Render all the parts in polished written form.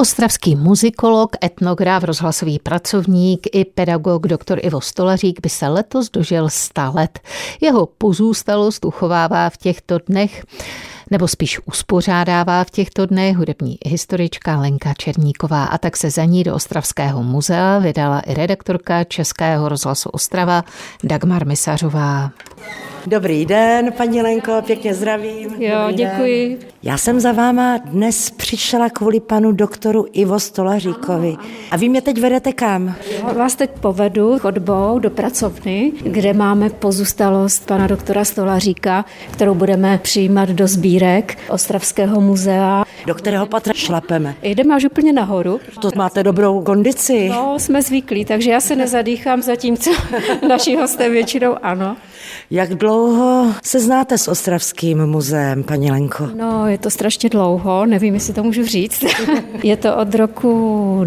Ostravský muzikolog, etnograf, rozhlasový pracovník i pedagog dr. Ivo Stolařík by se letos dožil 100 let. Jeho pozůstalost uchovává v těchto dnech, nebo spíš uspořádává v těchto dnech hudební historička Lenka Černíková, a tak se za ní do Ostravského muzea vydala i redaktorka Českého rozhlasu Ostrava Dagmar Misařová. Dobrý den, paní Lenko, pěkně zdravím. Jo, děkuji. Já jsem za váma dnes přišla kvůli panu doktoru Ivo Stolaříkovi. A vy mě teď vedete kam? Vás teď povedu chodbou do pracovny, kde máme pozůstalost pana doktora Stolaříka, kterou budeme přijímat do sbírek Ostravského muzea. Do kterého patra šlapeme? Jdeme až úplně nahoru. To máte dobrou kondici. No, jsme zvyklí, takže já se nezadýchám, zatímco naši hosté většinou ano. Jak dlouho se znáte s Ostravským muzeem, paní Lenko? No, je to strašně dlouho, nevím, jestli to můžu říct. Je to od roku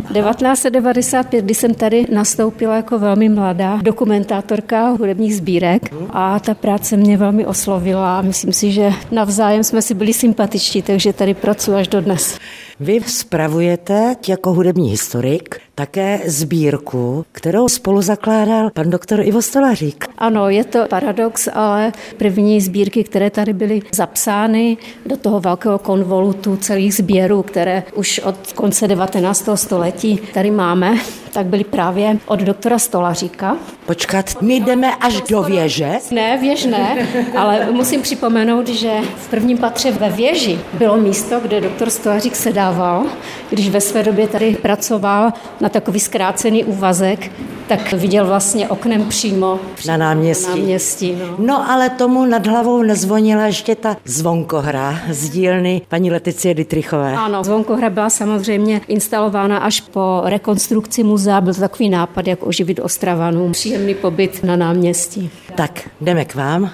1995, kdy jsem tady nastoupila jako velmi mladá dokumentátorka hudebních sbírek a ta práce mě velmi oslovila a myslím si, že navzájem jsme si byli sympatičtí, takže tady pracuji až dodnes. Vy spravujete jako hudební historik také sbírku, kterou spolu zakládal pan doktor Ivo Stolařík. Ano, je to paradox, ale první sbírky, které tady byly zapsány do toho velkého konvolutu celých sběrů, které už od konce 19. století tady máme, tak byly právě od doktora Stolaříka. Počkat, my jdeme až do věže? Ne, věž ne, ale musím připomenout, že v prvním patře ve věži bylo místo, kde doktor Stolařík sedával, když ve své době tady pracoval na takový zkrácený úvazek, tak viděl vlastně oknem přímo na náměstí. No ale tomu nad hlavou nezvonila ještě ta zvonkohra z dílny paní Leticie Dittrichové. Ano, zvonkohra byla samozřejmě instalována až po rekonstrukci muzea. Byl to takový nápad, jak oživit Ostravanům příjemný pobyt na náměstí. Tak, jdeme k vám.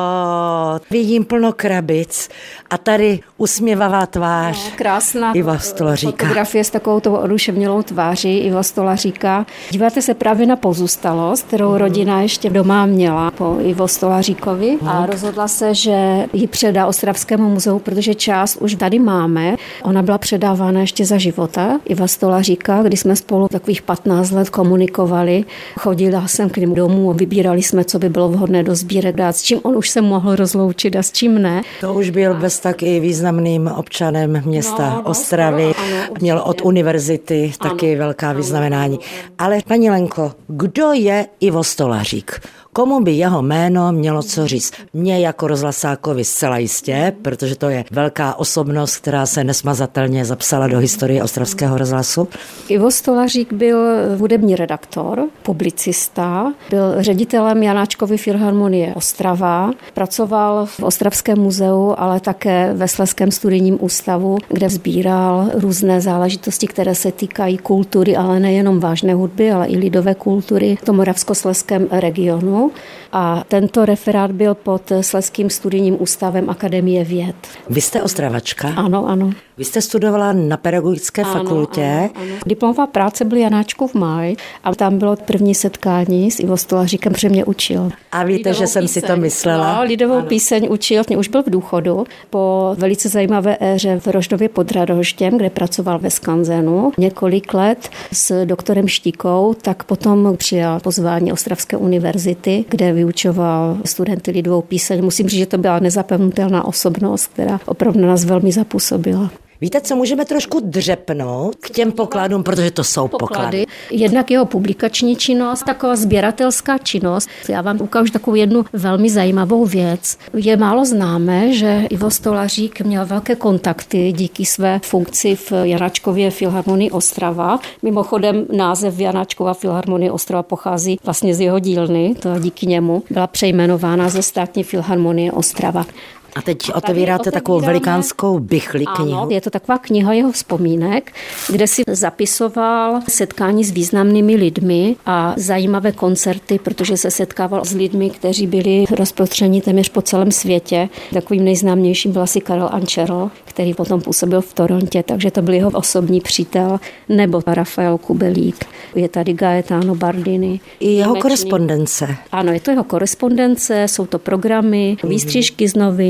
Vidím plno krabic a tady usměvavá tvář krásná Iva Stolaříka. Fotografie s takovou tou oduševnělou tváří Iva Stolaříka. Díváte se právě na pozůstalost, kterou rodina ještě doma měla po Ivo Stolaříkovi a rozhodla se, že ji předá Ostravskému muzeu, protože část už tady máme. Ona byla předávána ještě za života Iva Stolaříka, kdy jsme spolu takových 15 let komunikovali. Chodila jsem k němu domů a vybírali jsme, co by bylo vhodné do sbírek dát, s čím on už se mohl rozloučit a s čím ne. To už byl bez tak i významným občanem města Ostravy. Měl od univerzity taky velká vyznamenání. Ale paní Lenko, kdo je Ivo Stolařík? Komu by jeho jméno mělo co říct? Mně jako rozhlasákovi zcela jistě, protože to je velká osobnost, která se nesmazatelně zapsala do historie Ostravského rozhlasu. Ivo Stolařík byl hudební redaktor, publicista, byl ředitelem Janáčkovy filharmonie Ostrava, pracoval v Ostravském muzeu, ale také ve Slezském studijním ústavu, kde sbíral různé záležitosti, které se týkají kultury, ale nejenom vážné hudby, ale i lidové kultury v tom moravskoslezském regionu. A tento referát byl pod Slezským studijním ústavem Akademie věd. Vy jste Ostravačka? Ano. Vy jste studovala na pedagogické fakultě? Ano. Diplomová práce byl Janáčkův máj a tam bylo první setkání s Ivo Stolaříkem, protože mě učil. A víte, že jsem si to myslela? No, lidovou píseň učil, mě už byl v důchodu, po velice zajímavé éře v Rožnově pod Radhoštěm, kde pracoval ve skanzenu několik let s doktorem Štíkou, tak potom přijal pozvání Ostravské univerzity, kde vyučoval studenty lidovou píseň. Musím říct, že to byla nezapomenutelná osobnost, která opravdu na nás velmi zapůsobila. Víte, co můžeme trošku dřepnout k těm pokladům, protože to jsou poklady. Jednak jeho publikační činnost, taková sběratelská činnost. Já vám ukážu takovou jednu velmi zajímavou věc. Je málo známé, že Ivo Stolařík měl velké kontakty díky své funkci v Janáčkově filharmonii Ostrava. Mimochodem název Janáčkova filharmonie Ostrava pochází vlastně z jeho dílny, to díky němu byla přejmenována ze Státní filharmonie Ostrava. A teď otevíráte takovou velikánskou bichlí knihu. Ano, je to taková kniha jeho vzpomínek, kde si zapisoval setkání s významnými lidmi a zajímavé koncerty, protože se setkával s lidmi, kteří byli rozprostřeni téměř po celém světě. Takovým nejznámějším byl asi Karel Ančerl, který potom působil v Torontě, takže to byl jeho osobní přítel, nebo Rafael Kubelík. Je tady Gaetano Bardini. I jeho korespondence. Ano, je to jeho korespondence, jsou to programy, výstřižky z novin,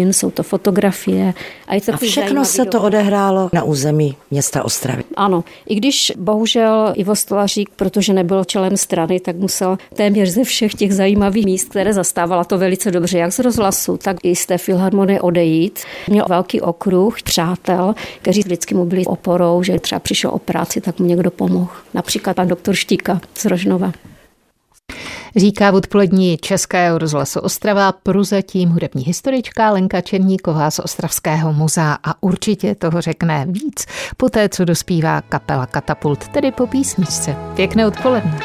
novin, jsou to fotografie. A všechno se to odehrálo na území města Ostravy. Ano, i když bohužel Ivo Stolařík, protože nebyl členem strany, tak musel téměř ze všech těch zajímavých míst, které zastávala to velice dobře, jak z rozhlasu, tak i z té filharmonie odejít. Měl velký okruh přátel, kteří vždycky mu byli oporou, že třeba přišel o práci, tak mu někdo pomohl. Například pan doktor Štíka z Rožnova. Říká v odpolední Českého rozhlasu Ostrava prozatím hudební historička Lenka Černíková z Ostravského muzea a určitě toho řekne víc poté, co dospívá kapela Katapult, tedy po písničce. Pěkné odpoledne.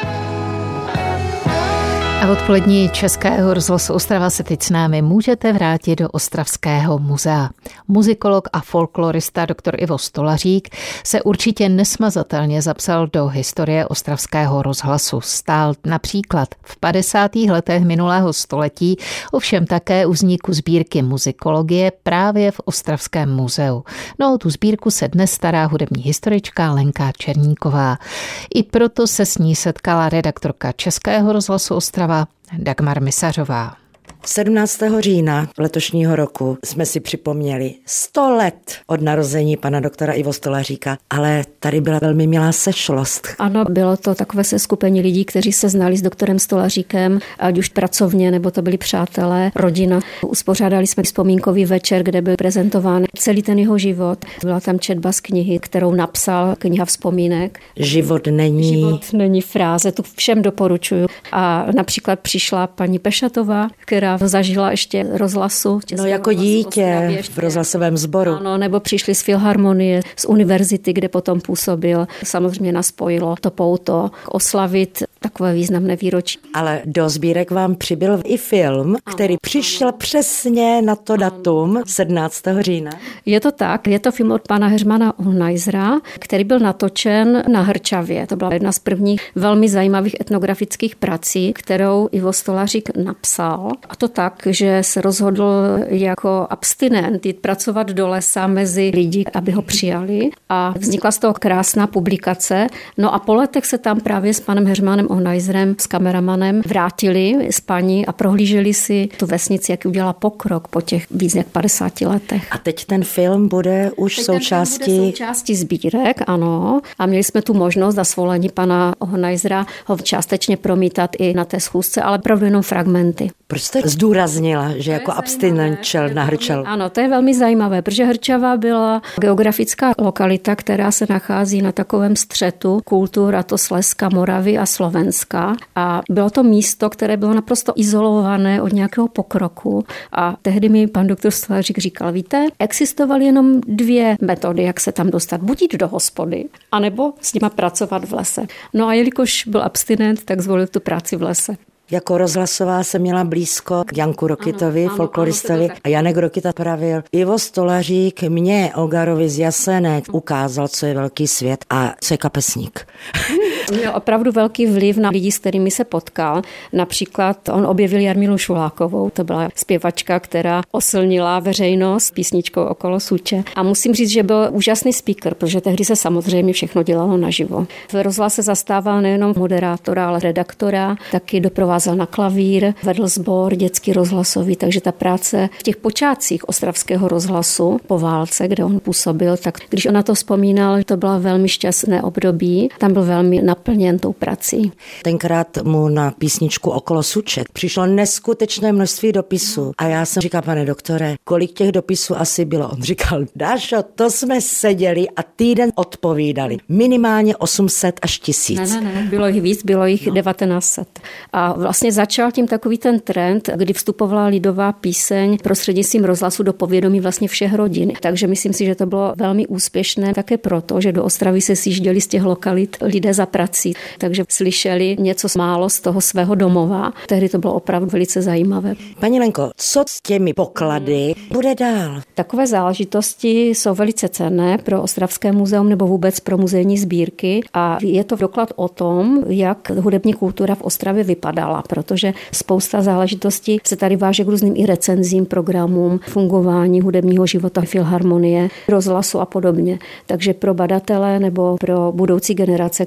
A v odpolední Českého rozhlasu Ostrava se teď s námi můžete vrátit do Ostravského muzea. Muzikolog a folklorista dr. Ivo Stolařík se určitě nesmazatelně zapsal do historie Ostravského rozhlasu. Stál například v 50. letech minulého století, ovšem také u vzniku sbírky muzikologie právě v Ostravském muzeu. No, tu sbírku se dnes stará hudební historička Lenka Černíková. I proto se s ní setkala redaktorka Českého rozhlasu Ostrava Dagmar Misařová. 17. října letošního roku jsme si připomněli 100 let od narození pana doktora Ivo Stolaříka, ale tady byla velmi milá sešlost. Ano, bylo to takové seskupení lidí, kteří se znali s doktorem Stolaříkem, ať už pracovně, nebo to byli přátelé, rodina. Uspořádali jsme vzpomínkový večer, kde byl prezentován celý ten jeho život. Byla tam četba z knihy, kterou napsal, kniha vzpomínek. Život není fráze, tu všem doporučuju. A například přišla paní Pešatová, která zažila ještě rozhlasu. No jako dítě v rozhlasovém sboru. Ano, nebo přišli z filharmonie, z univerzity, kde potom působil. Samozřejmě nás spojilo to pouto oslavit takové významné výročí. Ale do sbírek vám přibyl i film, který přišel přesně na to datum 17. října. Je to tak, je to film od pana Heřmana Ohnajzera, který byl natočen na Hrčavě. To byla jedna z prvních velmi zajímavých etnografických prací, kterou Ivo Stolařík napsal. A to tak, že se rozhodl jako abstinent jít pracovat do lesa mezi lidi, aby ho přijali. A vznikla z toho krásná publikace. No a po letech se tam právě s panem Heřmanem Ohnajzerem, s kameramanem, vrátili s paní a prohlíželi si tu vesnici, jak udělala pokrok po těch víc jak 50 letech. A teď ten film bude už součástí sbírek, ano. A měli jsme tu možnost za svolení pana Ohnajzera ho částečně promítat i na té schůzce, ale opravdu jenom fragmenty. Proč jste zdůraznila, že jako abstinent šel na Hrčel? Ano, to je velmi zajímavé, protože Hrčava byla geografická lokalita, která se nachází na takovém střetu kultur, a to Slezska, Moravy a Slovenska. A bylo to místo, které bylo naprosto izolované od nějakého pokroku. A tehdy mi pan doktor Stolařík říkal, víte, existovaly jenom 2 metody, jak se tam dostat. Buď jít do hospody, anebo s nima pracovat v lese. No a jelikož byl abstinent, tak zvolil tu práci v lese. Jako rozhlasová jsem měla blízko k Janku Rokitovi, folkloristovi, a Janek Rokita pravil, Ivo Stolařík mě, Ogarovi z Jasenek, ukázal, co je velký svět a co je kapesník. Měl opravdu velký vliv na lidi, s kterými se potkal. Například on objevil Jarmilu Šulákovou, to byla zpěvačka, která oslnila veřejnost písničkou Okolo Suče. A musím říct, že byl úžasný speaker, protože tehdy se samozřejmě všechno dělalo naživo. V rozhlase zastával nejenom moderátora, ale redaktora, taky doprovázel na klavír, vedl sbor dětský rozhlasový, takže ta práce v těch počátcích Ostravského rozhlasu po válce, kde on působil, tak když on na to vzpomínal, to byla velmi šťastné období, tam byl velmi naplněn tou prací. Tenkrát mu na písničku Okolo Suče přišlo neskutečné množství dopisů a já jsem říkal, pane doktore, kolik těch dopisů asi bylo? On říkal, Dášo, to jsme seděli a týden odpovídali. Minimálně 800 až 1000. Ne, bylo jich víc, bylo jich 1900. A vlastně začal tím takový ten trend, kdy vstupovala lidová píseň prostřednictvím rozhlasu do povědomí vlastně všech rodin. Takže myslím si, že to bylo velmi úspěšné také proto, že do Ostravy se sjížděli z těch lokalit lidé za prací, takže slyšeli něco málo z toho svého domova. Tehdy to bylo opravdu velice zajímavé. Paní Lenko, co s těmi poklady bude dál? Takové záležitosti jsou velice cenné pro Ostravské muzeum nebo vůbec pro muzejní sbírky a je to doklad o tom, jak hudební kultura v Ostravě vypadala, protože spousta záležitostí se tady váže k různým i recenzím, programům, fungování hudebního života, filharmonie, rozhlasu a podobně. Takže pro badatele nebo pro budoucí generace, který se bude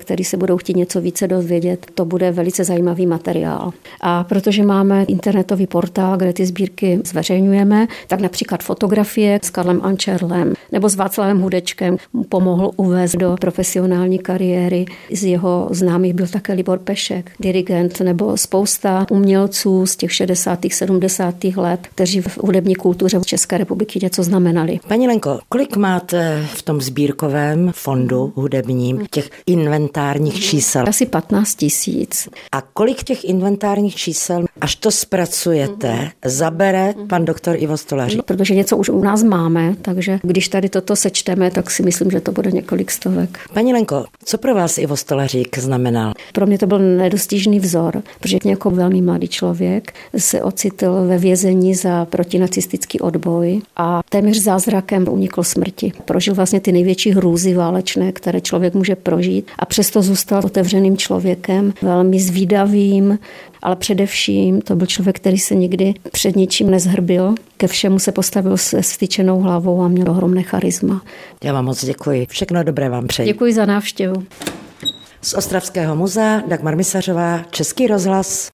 budou chtít něco více dozvědět, to bude velice zajímavý materiál. A protože máme internetový portál, kde ty sbírky zveřejňujeme, tak například fotografie s Karlem Ančerlem nebo s Václavem Hudečkem mu pomohl uvést do profesionální kariéry. Z jeho známých byl také Libor Pešek, dirigent, nebo spousta umělců z těch 60. 70. let, kteří v hudební kultuře v České republiky něco znamenali. Paní Lenko, kolik máte v tom sbírkovém fondu hudebním těch inventárních čísel? Asi 15 000. A kolik těch inventárních čísel, až to zpracujete, zabere pan doktor Ivo Stolařík? Protože něco už u nás máme, takže když tady toto sečteme, tak si myslím, že to bude několik stovek. Paní Lenko, co pro vás Ivo Stolařík znamenal? Pro mě to byl nedostižný vzor, protože jako velmi mladý člověk se ocitl ve vězení za protinacistický odboj a téměř zázrakem unikl smrti. Prožil vlastně ty největší hrůzy válečné, které člověk může prožít a přesto zůstal otevřeným člověkem, velmi zvídavým, ale především to byl člověk, který se nikdy před ničím nezhrbil, ke všemu se postavil se styčenou hlavou a měl ohromné charisma. Já vám moc děkuji. Všechno dobré vám přeji. Děkuji za návštěvu. Z Ostravského muzea Dagmar Misařová, Český rozhlas.